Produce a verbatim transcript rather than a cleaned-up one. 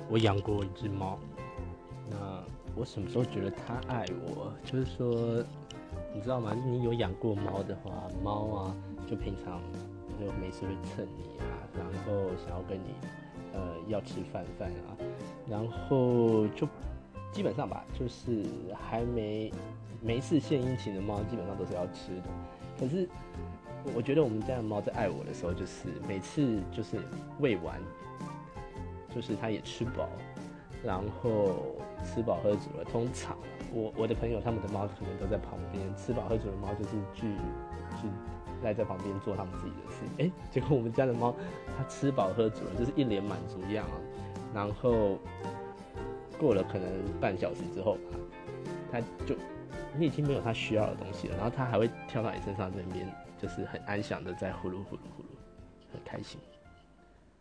我养过一只猫，那我什么时候觉得它爱我？就是说，你知道吗？你有养过猫的话，猫啊，就平常就没事会蹭你啊，然后想要跟你呃要吃饭饭啊，然后就基本上吧，就是还没没事献殷勤的猫，基本上都是要吃的。可是我觉得我们家的猫在爱我的时候，就是每次就是喂完，就是它也吃饱，然后吃饱喝足了。通常我我的朋友他们的猫可能都在旁边，吃饱喝足的猫就是去去赖在旁边做他们自己的事。哎、欸，结果我们家的猫它吃饱喝足了，就是一脸满足样啊。然后过了可能半小时之后吧，它就你已经没有它需要的东西了，然后它还会跳到你身上，在那边就是很安详的在呼噜呼噜呼噜，很开心。